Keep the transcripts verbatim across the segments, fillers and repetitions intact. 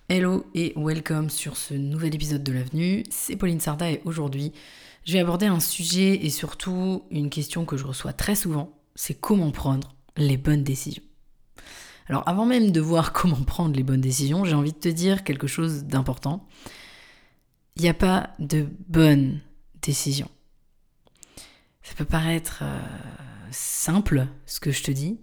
Hello et welcome sur ce nouvel épisode de l'Avenue, c'est Pauline Sarda et aujourd'hui je vais aborder un sujet et surtout une question que je reçois très souvent, c'est comment prendre les bonnes décisions. Alors avant même de voir comment prendre les bonnes décisions, j'ai envie de te dire quelque chose d'important. Il n'y a pas de bonnes décisions. Ça peut paraître euh, simple ce que je te dis,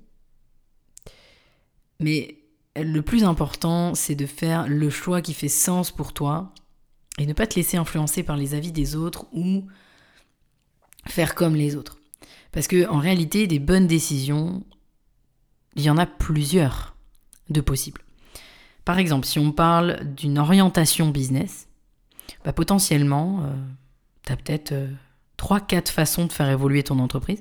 mais le plus important, c'est de faire le choix qui fait sens pour toi et ne pas te laisser influencer par les avis des autres ou faire comme les autres. Parce que en réalité, des bonnes décisions, il y en a plusieurs de possibles. Par exemple, si on parle d'une orientation business, bah potentiellement, euh, tu as peut-être euh, trois quatre façons de faire évoluer ton entreprise.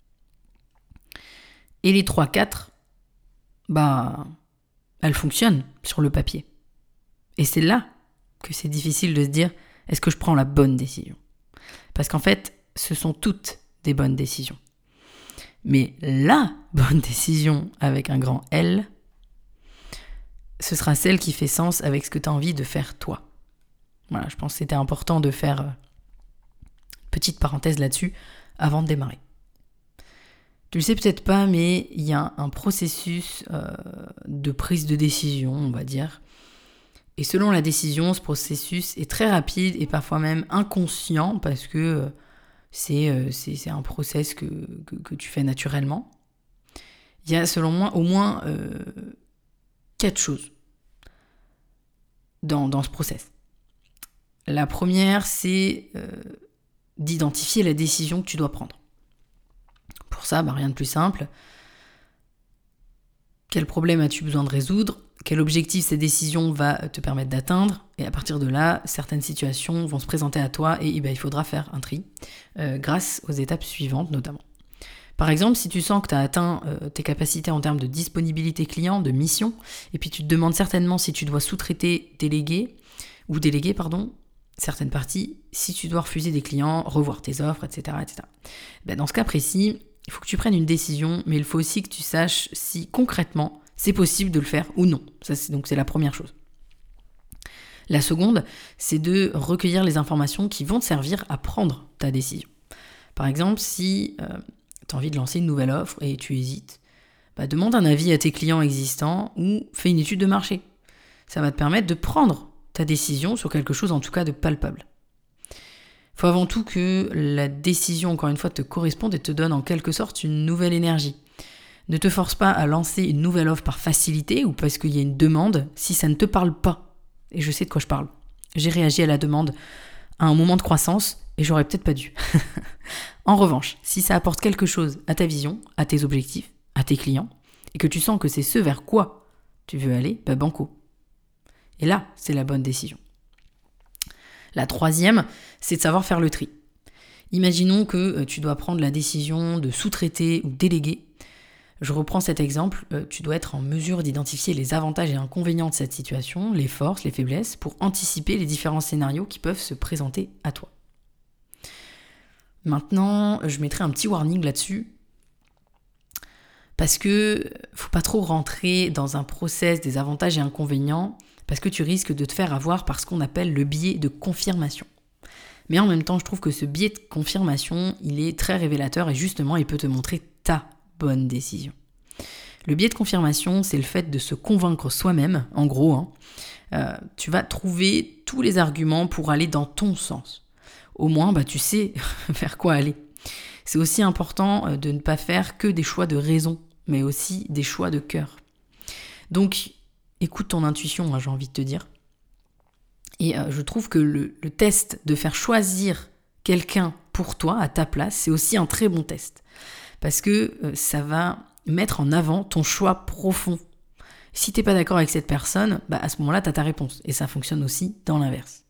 Et les trois quatre, bah... elle fonctionne sur le papier. Et c'est là que c'est difficile de se dire, est-ce que je prends la bonne décision ? Parce qu'en fait, ce sont toutes des bonnes décisions. Mais la bonne décision avec un grand L, ce sera celle qui fait sens avec ce que tu as envie de faire toi. Voilà, je pense que c'était important de faire une petite parenthèse là-dessus avant de démarrer. Tu le sais peut-être pas, mais il y a un processus euh, de prise de décision, on va dire. Et selon la décision, ce processus est très rapide et parfois même inconscient parce que euh, c'est, euh, c'est, c'est un process que, que, que tu fais naturellement. Il y a selon moi au moins euh, quatre choses dans, dans ce process. La première, c'est euh, d'identifier la décision que tu dois prendre. Pour ça, bah rien de plus simple. Quel problème as-tu besoin de résoudre ? Quel objectif cette décision va te permettre d'atteindre ? Et à partir de là, certaines situations vont se présenter à toi et, et bah, il faudra faire un tri euh, grâce aux étapes suivantes notamment. Par exemple, si tu sens que tu as atteint euh, tes capacités en termes de disponibilité client, de mission, et puis tu te demandes certainement si tu dois sous-traiter, déléguer, ou déléguer, pardon, certaines parties, si tu dois refuser des clients, revoir tes offres, et cetera et cetera. Ben, dans ce cas précis, il faut que tu prennes une décision, mais il faut aussi que tu saches si concrètement c'est possible de le faire ou non. Ça, c'est, donc c'est la première chose. La seconde, c'est de recueillir les informations qui vont te servir à prendre ta décision. Par exemple, si euh, tu as envie de lancer une nouvelle offre et tu hésites, bah, demande un avis à tes clients existants ou fais une étude de marché. Ça va te permettre de prendre ta décision sur quelque chose en tout cas de palpable. Il faut avant tout que la décision, encore une fois, te corresponde et te donne en quelque sorte une nouvelle énergie. Ne te force pas à lancer une nouvelle offre par facilité ou parce qu'il y a une demande si ça ne te parle pas. Et je sais de quoi je parle. J'ai réagi à la demande à un moment de croissance et j'aurais peut-être pas dû. En revanche, si ça apporte quelque chose à ta vision, à tes objectifs, à tes clients, et que tu sens que c'est ce vers quoi tu veux aller, bah banco. Et là, c'est la bonne décision. La troisième, c'est de savoir faire le tri. Imaginons que tu dois prendre la décision de sous-traiter ou déléguer. Je reprends cet exemple, tu dois être en mesure d'identifier les avantages et inconvénients de cette situation, les forces, les faiblesses, pour anticiper les différents scénarios qui peuvent se présenter à toi. Maintenant, je mettrai un petit warning là-dessus, parce que faut pas trop rentrer dans un process des avantages et inconvénients, parce que tu risques de te faire avoir par ce qu'on appelle le biais de confirmation. Mais en même temps, je trouve que ce biais de confirmation, il est très révélateur et justement, il peut te montrer ta bonne décision. Le biais de confirmation, c'est le fait de se convaincre soi-même, en gros. Hein, euh, tu vas trouver tous les arguments pour aller dans ton sens. Au moins, bah, tu sais vers quoi aller. C'est aussi important de ne pas faire que des choix de raison, mais aussi des choix de cœur. Donc, écoute ton intuition, hein, j'ai envie de te dire. Et euh, je trouve que le, le test de faire choisir quelqu'un pour toi, à ta place, c'est aussi un très bon test. Parce que euh, ça va mettre en avant ton choix profond. Si t'es pas d'accord avec cette personne, bah à ce moment-là, t'as ta réponse. Et ça fonctionne aussi dans l'inverse.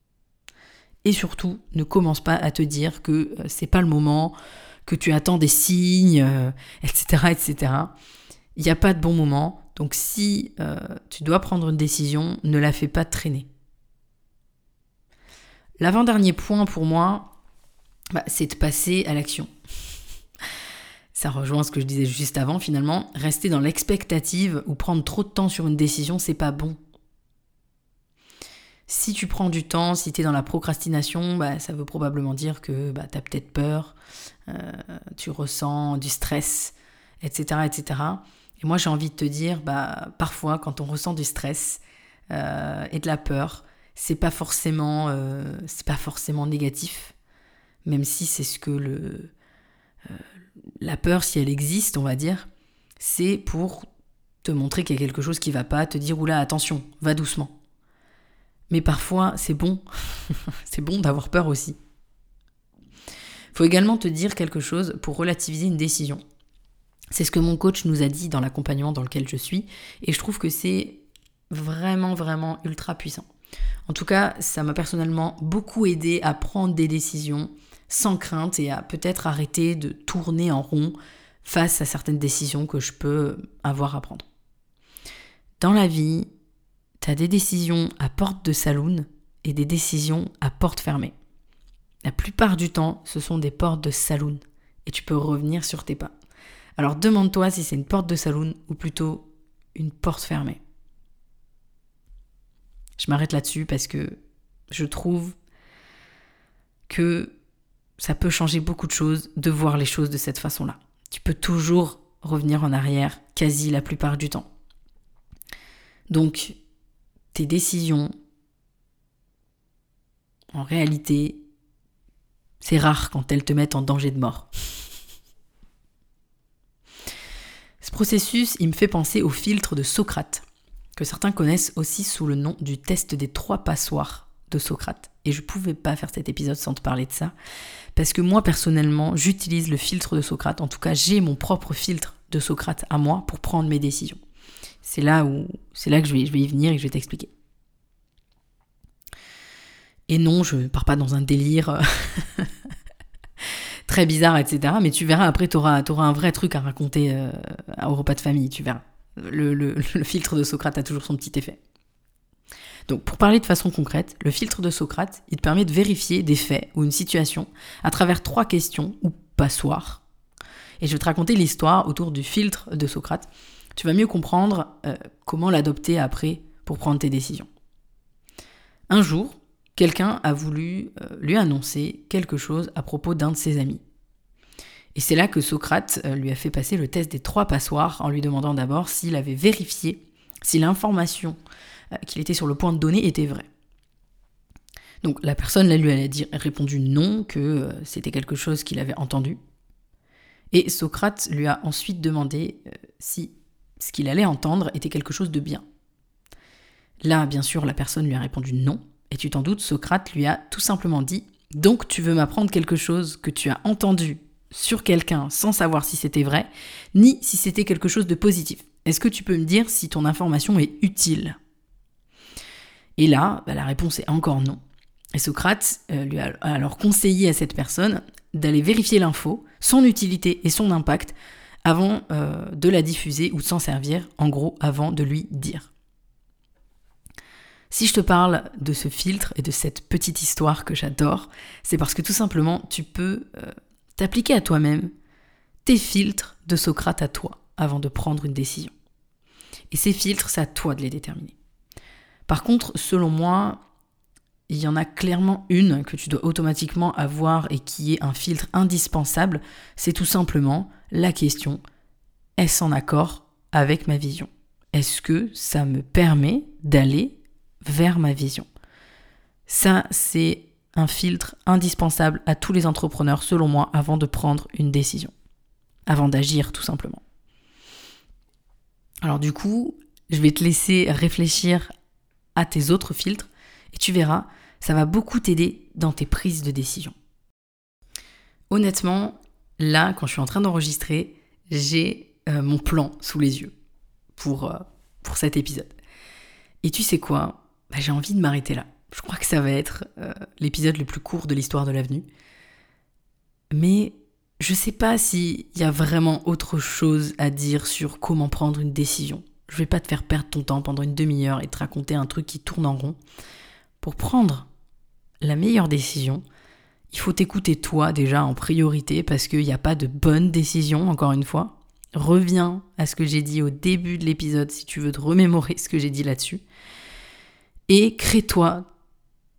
Et surtout, ne commence pas à te dire que euh, c'est pas le moment, que tu attends des signes, euh, et cetera, et cetera. Il n'y a pas de bon moment. Donc si euh, tu dois prendre une décision, ne la fais pas traîner. L'avant-dernier point pour moi, bah, c'est de passer à l'action. Ça rejoint ce que je disais juste avant finalement. Rester dans l'expectative ou prendre trop de temps sur une décision, c'est pas bon. Si tu prends du temps, si tu es dans la procrastination, bah, ça veut probablement dire que bah, tu as peut-être peur, euh, tu ressens du stress, et cetera, et cetera. Et moi, j'ai envie de te dire, bah, parfois, quand on ressent du stress euh, et de la peur, c'est pas forcément, euh, c'est pas forcément négatif, même si c'est ce que le, euh, la peur, si elle existe, on va dire, c'est pour te montrer qu'il y a quelque chose qui va pas, te dire, oula, attention, va doucement. Mais parfois, c'est bon, c'est bon d'avoir peur aussi. Il faut également te dire quelque chose pour relativiser une décision. C'est ce que mon coach nous a dit dans l'accompagnement dans lequel je suis, et je trouve que c'est vraiment, vraiment ultra puissant. En tout cas, ça m'a personnellement beaucoup aidé à prendre des décisions sans crainte et à peut-être arrêter de tourner en rond face à certaines décisions que je peux avoir à prendre. Dans la vie, tu as des décisions à porte de saloon et des décisions à porte fermée. La plupart du temps, ce sont des portes de saloon et tu peux revenir sur tes pas. Alors demande-toi si c'est une porte de saloon ou plutôt une porte fermée. Je m'arrête là-dessus parce que je trouve que ça peut changer beaucoup de choses de voir les choses de cette façon-là. Tu peux toujours revenir en arrière quasi la plupart du temps. Donc, tes décisions, en réalité, c'est rare quand elles te mettent en danger de mort. Ce processus, il me fait penser au filtre de Socrate, que certains connaissent aussi sous le nom du test des trois passoires de Socrate. Et je ne pouvais pas faire cet épisode sans te parler de ça, parce que moi, personnellement, j'utilise le filtre de Socrate. En tout cas, j'ai mon propre filtre de Socrate à moi pour prendre mes décisions. C'est là où, c'est là que je vais, je vais y venir et que je vais t'expliquer. Et non, je ne pars pas dans un délire très bizarre, et cetera. Mais tu verras, après, tu auras un vrai truc à raconter euh, au repas de famille, tu verras. Le, le, le filtre de Socrate a toujours son petit effet. Donc, pour parler de façon concrète, le filtre de Socrate, il te permet de vérifier des faits ou une situation à travers trois questions ou passoires. Et je vais te raconter l'histoire autour du filtre de Socrate. Tu vas mieux comprendre euh, comment l'adopter après pour prendre tes décisions. Un jour, quelqu'un a voulu euh, lui annoncer quelque chose à propos d'un de ses amis. Et c'est là que Socrate euh, lui a fait passer le test des trois passoires en lui demandant d'abord s'il avait vérifié si l'information euh, qu'il était sur le point de donner était vraie. Donc la personne là, lui a dit, répondu non, que euh, c'était quelque chose qu'il avait entendu. Et Socrate lui a ensuite demandé euh, si ce qu'il allait entendre était quelque chose de bien. Là, bien sûr, la personne lui a répondu non. Et tu t'en doutes, Socrate lui a tout simplement dit « Donc tu veux m'apprendre quelque chose que tu as entendu sur quelqu'un sans savoir si c'était vrai, ni si c'était quelque chose de positif. Est-ce que tu peux me dire si ton information est utile ?» Et là, bah, la réponse est encore non. Et Socrate euh, lui a alors conseillé à cette personne d'aller vérifier l'info, son utilité et son impact avant euh, de la diffuser ou de s'en servir, en gros, avant de lui dire. Si je te parle de ce filtre et de cette petite histoire que j'adore, c'est parce que tout simplement, tu peux euh, t'appliquer à toi-même tes filtres de Socrate à toi avant de prendre une décision. Et ces filtres, c'est à toi de les déterminer. Par contre, selon moi, il y en a clairement une que tu dois automatiquement avoir et qui est un filtre indispensable, c'est tout simplement la question « Est-ce en accord avec ma vision ? Est-ce que ça me permet d'aller vers ma vision ?» Ça, c'est un filtre indispensable à tous les entrepreneurs, selon moi, avant de prendre une décision, avant d'agir tout simplement. Alors du coup, je vais te laisser réfléchir à tes autres filtres et tu verras, ça va beaucoup t'aider dans tes prises de décision. Honnêtement, là, quand je suis en train d'enregistrer, j'ai euh, mon plan sous les yeux pour, euh, pour cet épisode. Et tu sais quoi ? Bah, j'ai envie de m'arrêter là. Je crois que ça va être euh, l'épisode le plus court de l'histoire de l'avenue. Mais je sais pas s'il y a vraiment autre chose à dire sur comment prendre une décision. Je vais pas te faire perdre ton temps pendant une demi-heure et te raconter un truc qui tourne en rond. Pour prendre la meilleure décision, il faut t'écouter toi déjà en priorité parce qu'il n'y a pas de bonne décision, encore une fois. Reviens à ce que j'ai dit au début de l'épisode si tu veux te remémorer ce que j'ai dit là-dessus. Et crée-toi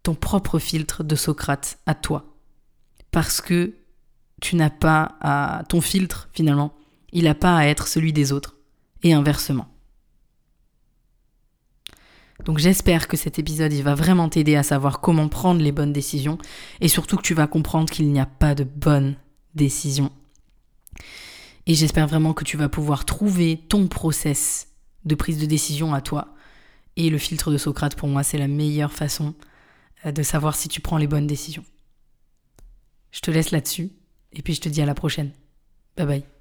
ton propre filtre de Socrate à toi. Parce que tu n'as pas à... Ton filtre, finalement, il n'a pas à être celui des autres. Et inversement. Donc j'espère que cet épisode, il va vraiment t'aider à savoir comment prendre les bonnes décisions. Et surtout que tu vas comprendre qu'il n'y a pas de bonnes décisions. Et j'espère vraiment que tu vas pouvoir trouver ton process de prise de décision à toi. Et le filtre de Socrate, pour moi, c'est la meilleure façon de savoir si tu prends les bonnes décisions. Je te laisse là-dessus, et puis je te dis à la prochaine. Bye bye.